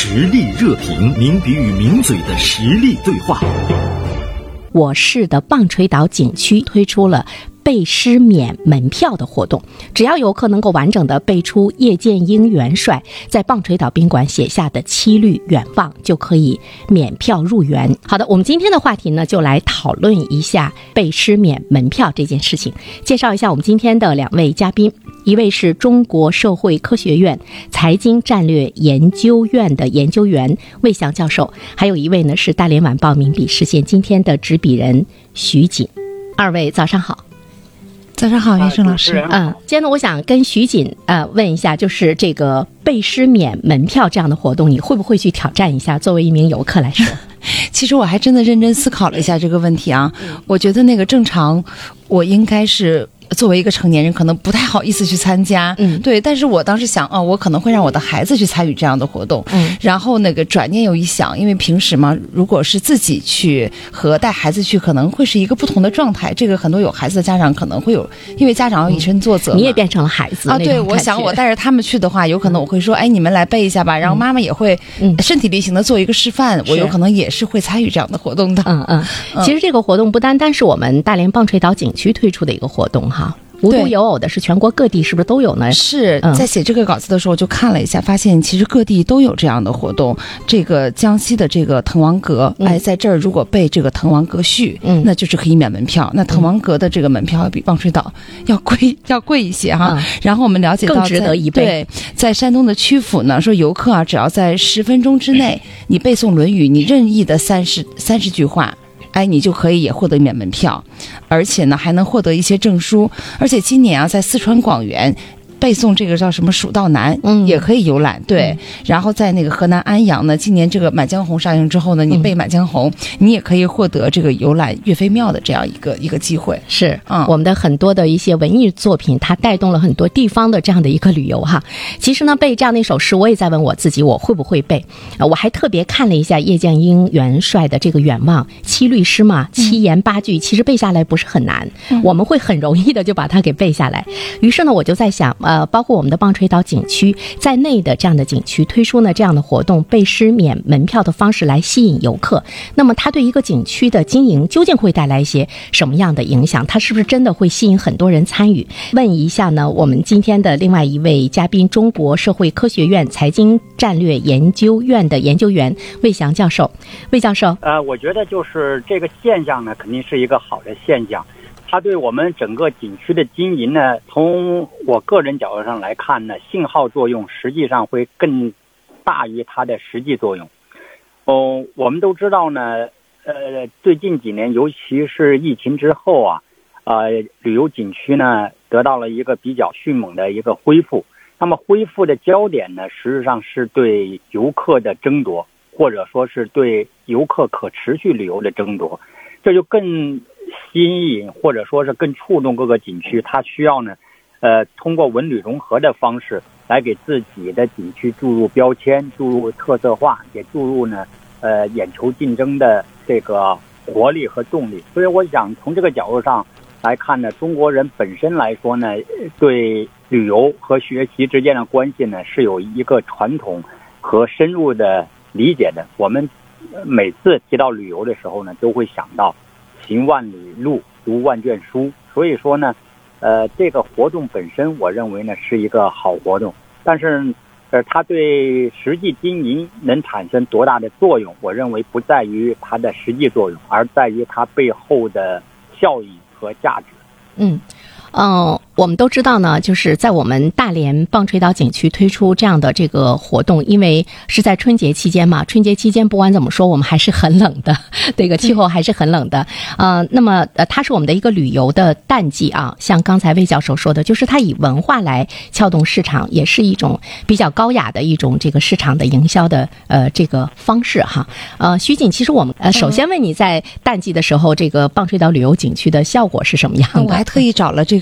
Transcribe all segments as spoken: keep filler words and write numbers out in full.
实力热评，名笔与名嘴的实力对话。 我市的棒槌岛景区推出了背诗免门票的活动，只要游客能够完整的背出叶剑英元帅在棒槌岛宾馆写下的七律远望，就可以免票入园。好的，我们今天的话题呢，就来讨论一下背诗免门票这件事情。介绍一下我们今天的两位嘉宾，一位是中国社会科学院财经战略研究院的研究员魏翔教授，还有一位呢是大连晚报名笔视线今天的执笔人徐锦。二位早上好。 早上好，袁胜老师。 嗯，今天呢，我想跟徐锦呃问一下，就是这个背诗免门票这样的活动，你会不会去挑战一下？作为一名游客来说， 其实我还真的认真思考了一下这个问题啊。我觉得那个正常，我应该是作为一个成年人，可能不太好意思去参加。嗯，对。但是我当时想，啊，我可能会让我的孩子去参与这样的活动。嗯，然后那个转念又一想，因为平时嘛，如果是自己去和带孩子去，可能会是一个不同的状态。这个很多有孩子的家长可能会有，因为家长要以身作则、嗯。 你也变成了孩子啊？对，我想我带着他们去的话，有可能我会说，哎，你们来背一下吧。然后妈妈也会身体力行的做一个示范，嗯、我有可能也是会参与这样的活动的。 嗯嗯。其实这个活动不单单是我们大连棒槌岛景区推出的一个活动哈。无独有偶的是，全国各地是不是都有呢？ 是在写这个稿子的时候就看了一下，发现其实各地都有这样的活动。这个江西的这个滕王阁，嗯、哎，在这儿如果背这个滕王阁序，嗯，那就是可以免门票。那滕王阁的这个门票要比棒槌岛要贵，要贵一些哈。嗯、然后我们了解到， 更值得一背。 对，在山东的曲阜呢，说游客啊，只要在十分钟之内，你背诵《论语》，你任意的三十三十句话。哎，你就可以也获得免门票，而且呢还能获得一些证书。而且今年啊，在四川广元背诵这个叫什么《蜀道难》，嗯，也可以游览。对，嗯、然后在那个河南安阳呢，今年这个《满江红》上映之后呢，你背《满江红》，嗯，你也可以获得这个游览岳飞庙的这样一个一个机会。 是，嗯，我们的很多的一些文艺作品，它带动了很多地方的这样的一个旅游哈。其实呢，背这样的一首诗，我也在问我自己，我会不会背？呃、我还特别看了一下叶剑英元帅的这个远望七律诗嘛，七言八句，嗯、其实背下来不是很难，嗯，我们会很容易的就把它给背下来。于是呢，我就在想，呃，包括我们的棒槌岛景区在内的这样的景区推出呢这样的活动，背诗免门票的方式来吸引游客。那么它对一个景区的经营究竟会带来一些什么样的影响？它是不是真的会吸引很多人参与？问一下呢，我们今天的另外一位嘉宾，中国社会科学院财经战略研究院的研究员魏翔教授。魏教授， 呃，我觉得就是这个现象呢，肯定是一个好的现象。它对我们整个景区的经营呢，从我个人角度上来看呢，信号作用实际上会更大于它的实际作用。哦，我们都知道呢，呃，最近几年，尤其是疫情之后啊，呃，旅游景区呢得到了一个比较迅猛的一个恢复。那么恢复的焦点呢，实际上是对游客的争夺，或者说是对游客可持续旅游的争夺，这就更吸引或者说是更触动各个景区，它需要呢，呃，通过文旅融合的方式来给自己的景区注入标签、注入特色化，也注入呢，呃，眼球竞争的这个活力和动力。所以我想从这个角度上来看呢，中国人本身来说呢，对旅游和学习之间的关系呢，是有一个传统和深入的理解的。我们每次提到旅游的时候呢，都会想到行万里路，读万卷书。所以说呢，呃，这个活动本身，我认为呢是一个好活动，但是，呃，它对实际经营能产生多大的作用，我认为不在于它的实际作用，而在于它背后的效益和价值。 嗯。嗯，我们都知道呢，就是在我们大连棒槌岛景区推出这样的这个活动，因为是在春节期间嘛，春节期间不管怎么说，我们还是很冷的，这个气候还是很冷的。呃，那么呃，它是我们的一个旅游的淡季啊，像刚才魏教授说的，就是它以文化来撬动市场，也是一种比较高雅的一种这个市场的营销的呃这个方式哈。呃，徐锦，其实我们呃首先问你在淡季的时候，这个棒槌岛旅游景区的效果是什么样的？ 我还特意找了这个。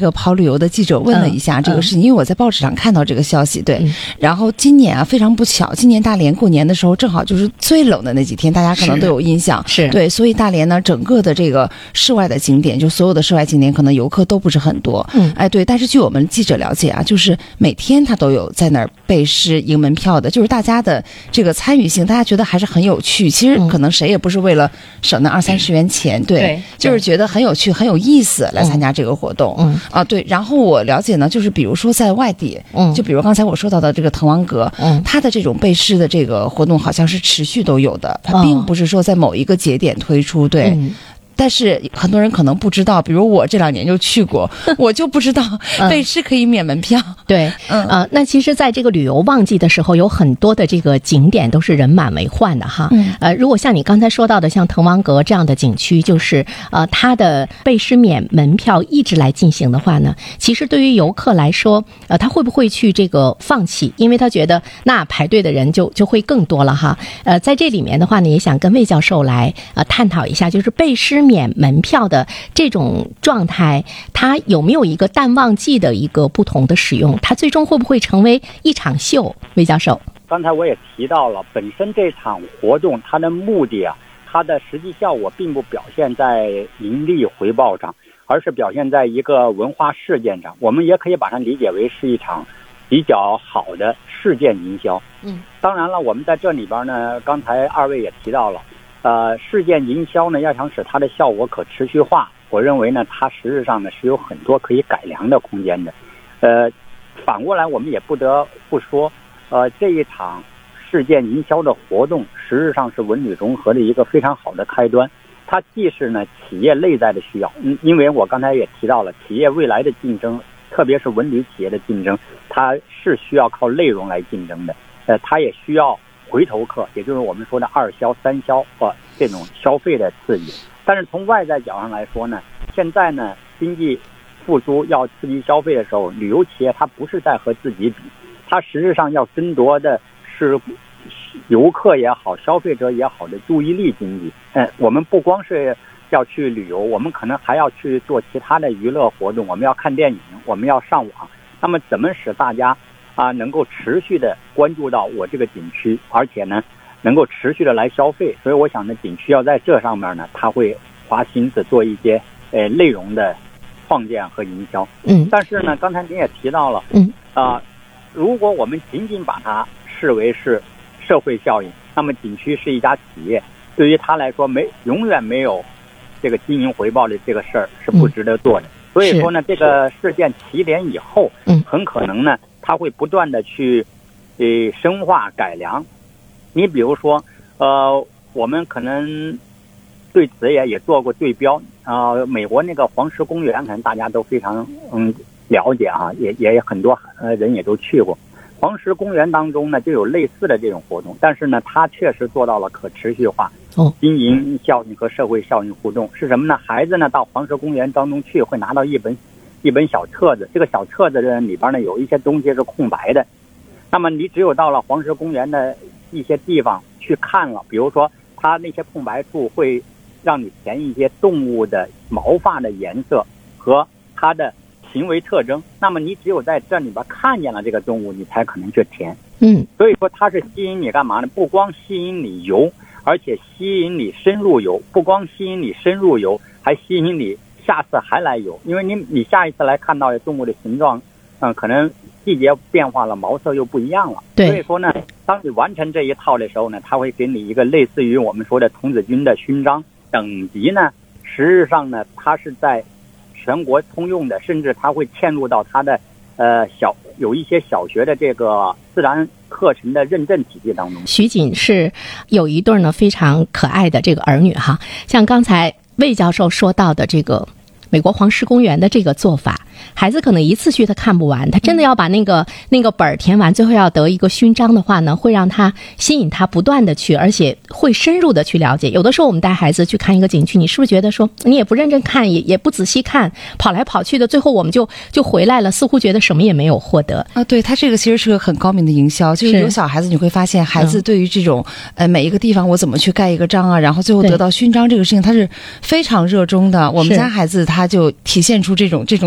个跑旅游的记者问了一下这个事情，嗯嗯、因为我在报纸上看到这个消息，对。嗯、然后今年啊，非常不巧，今年大连过年的时候正好就是最冷的那几天，大家可能都有印象， 是对，所以大连呢，整个的这个室外的景点，就所有的室外景点，可能游客都不是很多，嗯，哎，对。但是据我们记者了解啊，就是每天他都有在那儿背诗赢门票的，就是大家的这个参与性，大家觉得还是很有趣。其实可能谁也不是为了省那二三十元钱，对， 对就是觉得很有趣、很有意思来参加这个活动。嗯啊，对。然后我了解呢，就是比如说在外地，嗯，就比如刚才我说到的这个滕王阁，嗯，它的这种背诗的这个活动好像是持续都有的，它并不是说在某一个节点推出，对。嗯，但是很多人可能不知道，比如我这两年就去过，我就不知道背诗可以免门票。 嗯、对，嗯呃，那其实在这个旅游旺季的时候，有很多的这个景点都是人满为患的哈。嗯、呃，如果像你刚才说到的，像滕王阁这样的景区，就是呃它的背诗免门票一直来进行的话呢，其实对于游客来说，呃，他会不会去这个放弃？因为他觉得那排队的人就就会更多了哈。呃，在这里面的话呢，也想跟魏教授来呃探讨一下，就是背诗免门票的这种状态，它有没有一个淡旺季的一个不同的使用？它最终会不会成为一场秀？魏教授， 刚才我也提到了，本身这场活动它的目的啊，它的实际效果并不表现在盈利回报上，而是表现在一个文化事件上。我们也可以把它理解为是一场比较好的事件营销。嗯，当然了，我们在这里边呢，刚才二位也提到了。呃，事件营销呢，要想使它的效果可持续化，我认为呢，它实质上呢是有很多可以改良的空间的。呃，反过来我们也不得不说，呃，这一场事件营销的活动，实质上是文旅融合的一个非常好的开端。它既是呢企业内在的需要，嗯，因为我刚才也提到了，企业未来的竞争，特别是文旅企业的竞争，它是需要靠内容来竞争的。呃，它也需要回头客，也就是我们说的二销、三销或这种消费的刺激。但是从外在角上来说呢，现在呢经济复苏要刺激消费的时候，旅游企业它不是在和自己比，它实质上要争夺的是游客也好、消费者也好的注意力经济。嗯，我们不光是要去旅游，我们可能还要去做其他的娱乐活动，我们要看电影，我们要上网。那么怎么使大家啊，能够持续的关注到我这个景区，而且呢，能够持续的来消费。所以我想呢，景区要在这上面呢，他会花心思做一些呃内容的创建和营销。嗯，但是呢，刚才您也提到了，嗯啊、呃，如果我们仅仅把它视为是社会效应，那么景区是一家企业，对于他来说没永远没有这个经营回报的这个事儿是不值得做的。嗯、所以说呢，这个事件起点以后，嗯，很可能呢。它会不断的去，呃，深化改良。你比如说，呃，我们可能对此也也做过对标啊、呃。美国那个黄石公园，可能大家都非常嗯了解啊，也也很多呃人也都去过。黄石公园当中呢，就有类似的这种活动，但是呢，它确实做到了可持续化、经营效应和社会效应互动。是什么呢？孩子呢到黄石公园当中去，会拿到一本。一本小册子，这个小册子里边呢有一些东西是空白的，那么你只有到了黄石公园的一些地方去看了，比如说它那些空白处会让你填一些动物的毛发的颜色和它的行为特征，那么你只有在这里边看见了这个动物，你才可能去填。嗯，所以说它是吸引你干嘛呢？不光吸引你游，而且吸引你深入游，不光吸引你深入游，还吸引你下次还来游，因为你你下一次来看到动物的形状，嗯，可能季节变化了，毛色又不一样了。对，所以说呢，当你完成这一套的时候呢，它会给你一个类似于我们说的童子军的勋章等级呢。实质上呢，它是在全国通用的，甚至它会嵌入到它的呃小有一些小学的这个自然课程的认证体系当中。 徐锦是有一对呢非常可爱的这个儿女哈，像刚才魏教授说到的这个美国黄石公园的这个做法，孩子可能一次去他看不完，他真的要把那个那个本儿填完，最后要得一个勋章的话呢，会让他吸引他不断的去，而且会深入的去了解。有的时候我们带孩子去看一个景区，你是不是觉得说你也不认真看，也也不仔细看，跑来跑去的，最后我们就就回来了，似乎觉得什么也没有获得啊？对，他这个其实是个很高明的营销，就是有小孩子你会发现，孩子对于这种、嗯、呃每一个地方我怎么去盖一个章啊，然后最后得到勋章这个事情，他是非常热衷的。我们家孩子他就体现出这种这种特点。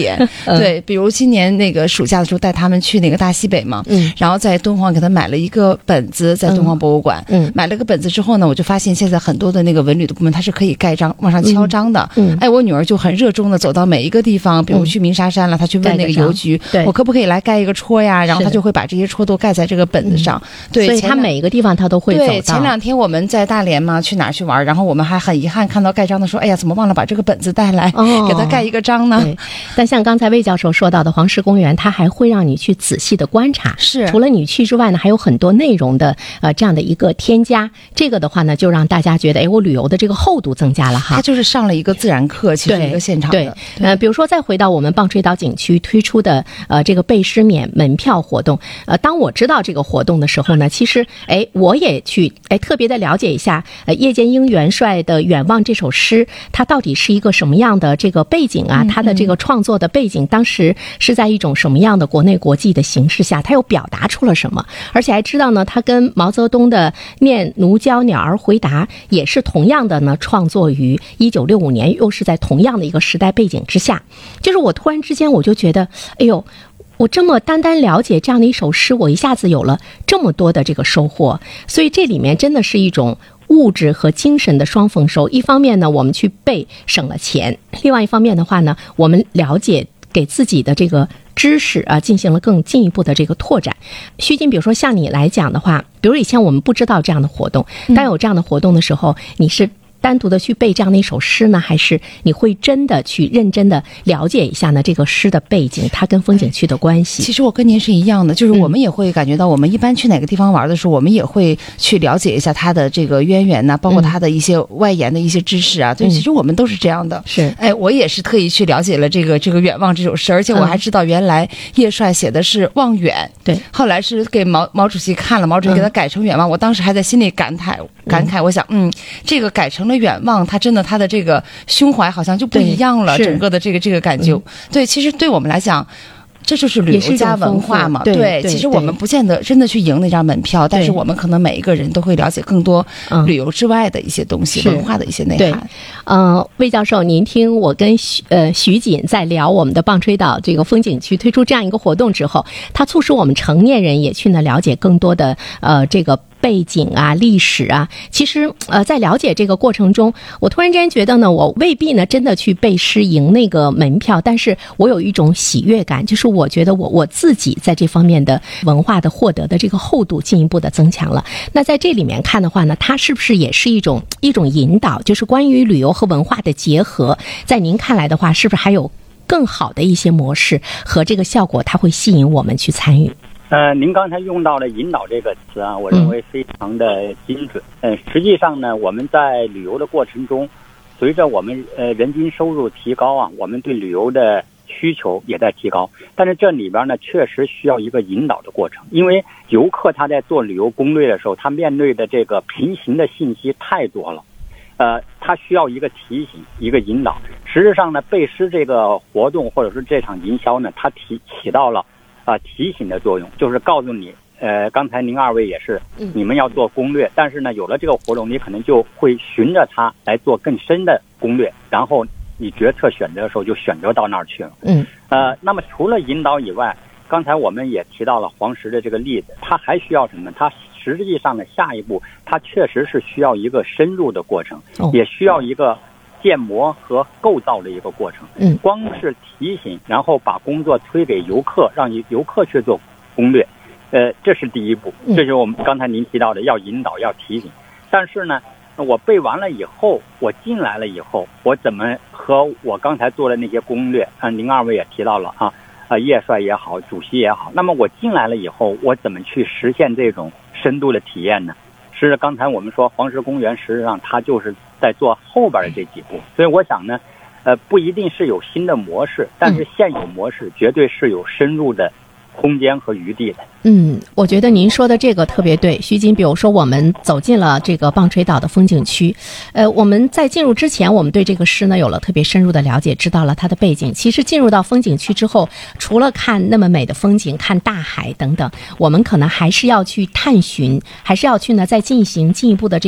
点。对，比如今年那个暑假的时候带他们去那个大西北嘛， 嗯， 然后在敦煌给他买了一个本子，在敦煌博物馆， 嗯， 买了个本子之后呢，我就发现现在很多的那个文旅的部门它是可以盖章往上敲章的。 嗯， 哎，我女儿就很热衷的走到每一个地方，比如去鸣沙山了，她去问那个邮局，我可不可以来盖一个戳呀？然后她就会把这些戳都盖在这个本子上。对， 所以她每一个地方她都会走到。 对，前两天我们在大连嘛，去哪儿去玩，然后我们还很遗憾看到盖章的说，哎呀，怎么忘了把这个本子带来，哦，给他盖一个章呢？ 对。但像刚才魏教授说到的黄石公园，它还会让你去仔细的观察， 是除了你去之外呢，还有很多内容的呃这样的一个添加。这个的话呢，就让大家觉得，哎，我旅游的这个厚度增加了哈。 它就是上了一个自然课，其实一个现场的。 对，对呃，比如说再回到我们棒槌岛景区推出的呃这个背诗免门票活动，呃，当我知道这个活动的时候呢，其实哎，我也去哎特别的了解一下，呃，叶剑英元帅的《远望》这首诗，它到底是一个什么样的这个背景啊？它的这个创作的背景，当时是在一种什么样的国内国际的形势下，它又表达出了什么？而且还知道呢，它跟毛泽东的《念奴娇鸟儿回答》也是同样的呢，创作于一九六五年，又是在同样的一个时代背景之下。就是我突然之间我就觉得，哎呦，我这么单单了解这样的一首诗，我一下子有了这么多的这个收获。所以这里面真的是一种物质和精神的双丰收。一方面呢，我们去背省了钱；另外一方面的话呢，我们了解给自己的这个知识啊进行了更进一步的这个拓展。徐静，比如说像你来讲的话，比如以前我们不知道这样的活动，当有这样的活动的时候，你是单独的去背这样的一首诗呢，还是你会真的去认真的了解一下呢这个诗的背景，它跟风景区的关系？ 其实我跟您是一样的，就是我们也会感觉到，我们一般去哪个地方玩的时候，我们也会去了解一下它的这个渊源呐，包括它的一些外延的一些知识啊。对，其实我们都是这样的。 是， 哎，我也是特意去了解了这个这个《远望》这首诗，而且我还知道原来叶帅写的是望远， 对， 后来是给毛毛主席看了，毛主席给他改成远望。我当时还在心里感慨感慨，我想，嗯，这个改成了远望，他真的他的这个胸怀好像就不一样了，整个的这个这个感觉。嗯、对，其实对我们来讲，这就是旅游加文化嘛。 对，对其实我们不见得真的去赢那张门票，但是我们可能每一个人都会了解更多旅游之外的一些东西、嗯、文化的一些内涵。 呃，魏教授，您听我跟徐呃徐锦在聊我们的棒槌岛这个风景区推出这样一个活动之后，它促使我们成年人也去呢了解更多的呃这个背景啊、历史啊。其实呃在了解这个过程中，我突然之间觉得呢，我未必呢真的去背诗赢那个门票，但是我有一种喜悦感，就是我觉得我我自己在这方面的文化的获得的这个厚度进一步的增强了。那在这里面看的话呢，它是不是也是一种一种引导，就是关于旅游和文化的结合，在您看来的话，是不是还有更好的一些模式和这个效果，它会吸引我们去参与？ 呃，您刚才用到了引导这个词啊，我认为非常的精准。嗯、呃，实际上呢，我们在旅游的过程中，随着我们呃人均收入提高啊，我们对旅游的需求也在提高。但是这里边呢，确实需要一个引导的过程，因为游客他在做旅游攻略的时候，他面对的这个平行的信息太多了。呃，他需要一个提醒，一个引导。实质上呢，背诗这个活动或者是这场营销呢，它提起到了啊、呃、提醒的作用，就是告诉你，呃，刚才您二位也是，你们要做攻略，但是呢，有了这个活动，你可能就会循着它来做更深的攻略，然后你决策选择的时候就选择到那儿去了。 嗯， 呃，那么除了引导以外，刚才我们也提到了黄石的这个例子，它还需要什么？它实际上呢，下一步它确实是需要一个深入的过程， 哦、 也需要一个建模和构造的一个过程。 嗯， 光是提醒，然后把工作推给游客，让游客去做攻略，呃，这是第一步。这就是我们刚才您提到的，要引导，要提醒。但是呢，我背完了以后，我进来了以后，我怎么和我刚才做的那些攻略，啊，您二位也提到了啊。啊，叶帅也好，主席也好，那么我进来了以后，我怎么去实现这种深度的体验呢？是刚才我们说黄石公园，实际上它就是在做后边的这几步，所以我想呢，呃，不一定是有新的模式，但是现有模式绝对是有深入的空间和余地的。 嗯，我觉得您说的这个特别对，徐锦。比如说，我们走进了这个棒槌岛的风景区，呃，我们在进入之前，我们对这个诗呢有了特别深入的了解，知道了它的背景。其实进入到风景区之后，除了看那么美的风景，看大海等等，我们可能还是要去探寻，还是要去呢再进行进一步的这个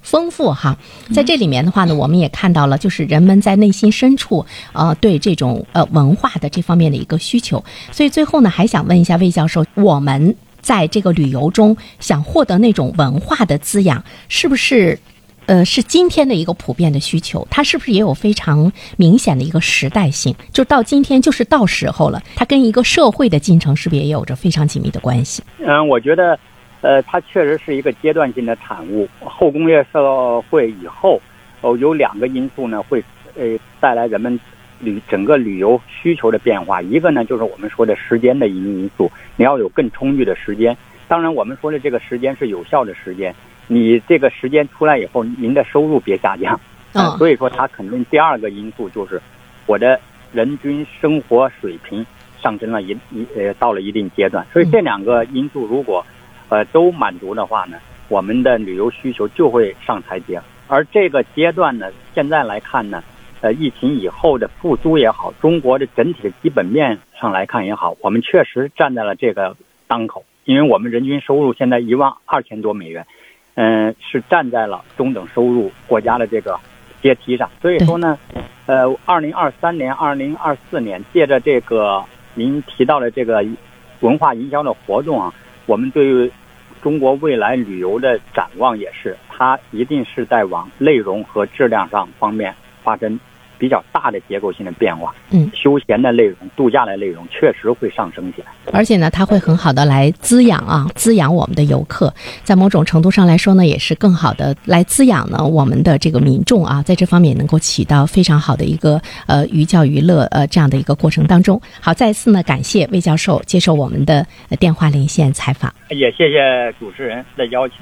丰富哈。在这里面的话呢，我们也看到了，就是人们在内心深处呃对这种呃文化的这方面的一个需求。所以最后呢，还想问一下魏教授，我们在这个旅游中想获得那种文化的滋养，是不是呃是今天的一个普遍的需求？它是不是也有非常明显的一个时代性？就到今天就是到时候了，它跟一个社会的进程是不是也有着非常紧密的关系？ 嗯，我觉得呃它确实是一个阶段性的产物。后工业社会以后哦，有两个因素呢会呃带来人们旅整个旅游需求的变化。一个呢就是我们说的时间的因素，你要有更充裕的时间。当然我们说的这个时间是有效的时间，你这个时间出来以后，您的收入别下降。嗯、呃，所以说它肯定第二个因素就是我的人均生活水平上升了一一呃到了一定阶段。所以这两个因素如果呃都满足的话呢，我们的旅游需求就会上台阶。而这个阶段呢，现在来看呢，呃，疫情以后的复苏也好，中国的整体的基本面上来看也好，我们确实站在了这个当口。因为我们人均收入现在一万二千多美元，嗯、呃，是站在了中等收入国家的这个阶梯上。所以说呢，呃，二零二三年、二零二四年，借着这个您提到的这个文化营销的活动啊，我们对于中国未来旅游的展望也是，它一定是在往内容和质量上方面发生比较大的结构性的变化。嗯，休闲的内容、度假的内容确实会上升起来， 而且呢，它会很好的来滋养啊，滋养我们的游客。在某种程度上来说呢，也是更好的来滋养呢我们的这个民众啊，在这方面能够起到非常好的一个呃寓教于乐呃这样的一个过程当中。好，再次呢感谢魏教授接受我们的电话连线采访， 也谢谢主持人的邀请。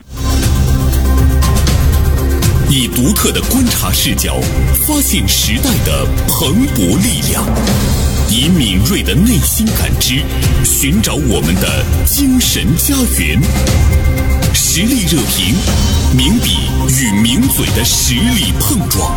以独特的观察视角发现时代的蓬勃力量，以敏锐的内心感知寻找我们的精神家园。实力热评，名笔与名嘴的实力碰撞。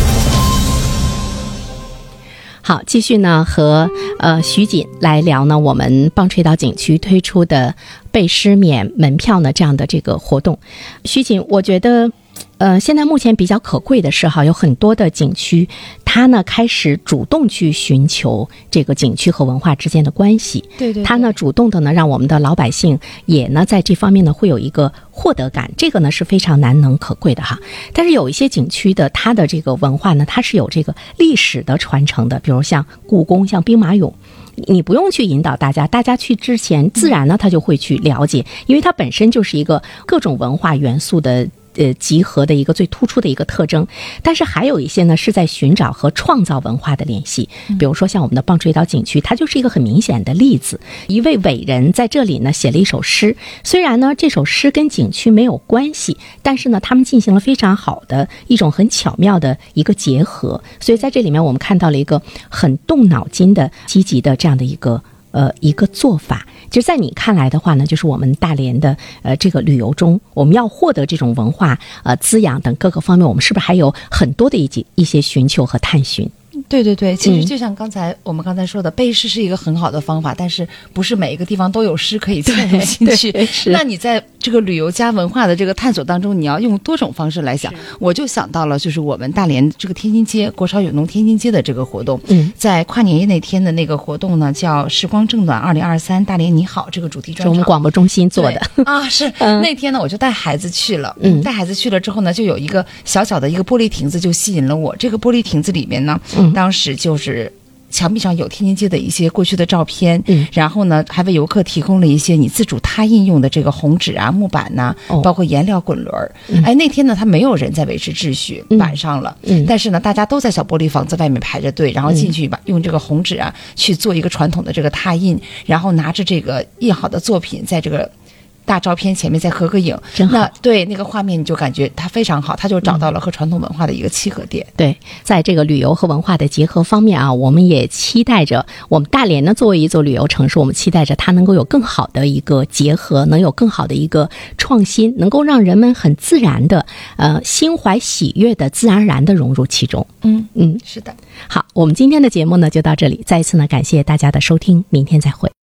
好，继续呢和呃徐锦来聊呢我们棒槌岛景区推出的背诗免门票呢这样的这个活动。徐锦，我觉得呃，现在目前比较可贵的是哈，有很多的景区，它呢开始主动去寻求这个景区和文化之间的关系。 对 对, 对， 它呢主动的呢，让我们的老百姓也呢在这方面呢会有一个获得感，这个呢是非常难能可贵的哈。但是有一些景区的它的这个文化呢，它是有这个历史的传承的，比如像故宫、像兵马俑。你不用去引导大家，大家去之前自然呢他就会去了解，因为它本身就是一个各种文化元素的呃集合的一个最突出的一个特征。但是还有一些呢是在寻找和创造文化的联系，比如说像我们的棒槌岛景区，它就是一个很明显的例子。一位伟人在这里呢写了一首诗，虽然呢这首诗跟景区没有关系，但是呢他们进行了非常好的一种很巧妙的一个结合。所以在这里面我们看到了一个很动脑筋的积极的这样的一个呃一个做法。其实在你看来的话呢，就是我们大连的呃这个旅游中，我们要获得这种文化呃滋养等各个方面，我们是不是还有很多的一些一些寻求和探寻？ 对对对，其实就像刚才、嗯、我们刚才说的，背诗是一个很好的方法，但是不是每一个地方都有诗可以参入进去。那你在这个旅游加文化的这个探索当中，你要用多种方式来想。我就想到了，就是我们大连这个天津街国潮有农天津街的这个活动，嗯，在跨年夜那天的那个活动呢，叫“时光正暖二零二三大连你好”这个主题专场，是我们广播中心做的啊。是、嗯、那天呢，我就带孩子去了，嗯，带孩子去了之后呢，就有一个小小的一个玻璃亭子就吸引了我。这个玻璃亭子里面呢，嗯。当时就是墙壁上有天津街的一些过去的照片，嗯，然后呢还为游客提供了一些你自主拓印用的这个红纸啊、木板呐、啊，哦、包括颜料滚轮。嗯、哎，那天呢他没有人在维持秩序，嗯、晚上了，嗯，但是呢大家都在小玻璃房子外面排着队，然后进去吧、嗯、用这个红纸啊去做一个传统的这个拓印，然后拿着这个印好的作品在这个大照片前面再合个影， 真好。 那对那个画面你就感觉它非常好，它就找到了和传统文化的一个契合点。 嗯、对，在这个旅游和文化的结合方面啊，我们也期待着我们大连呢作为一座旅游城市，我们期待着它能够有更好的一个结合，能有更好的一个创新，能够让人们很自然的呃心怀喜悦的自然而然的融入其中。 嗯嗯，是的。 好，我们今天的节目呢就到这里，再一次呢感谢大家的收听，明天再会。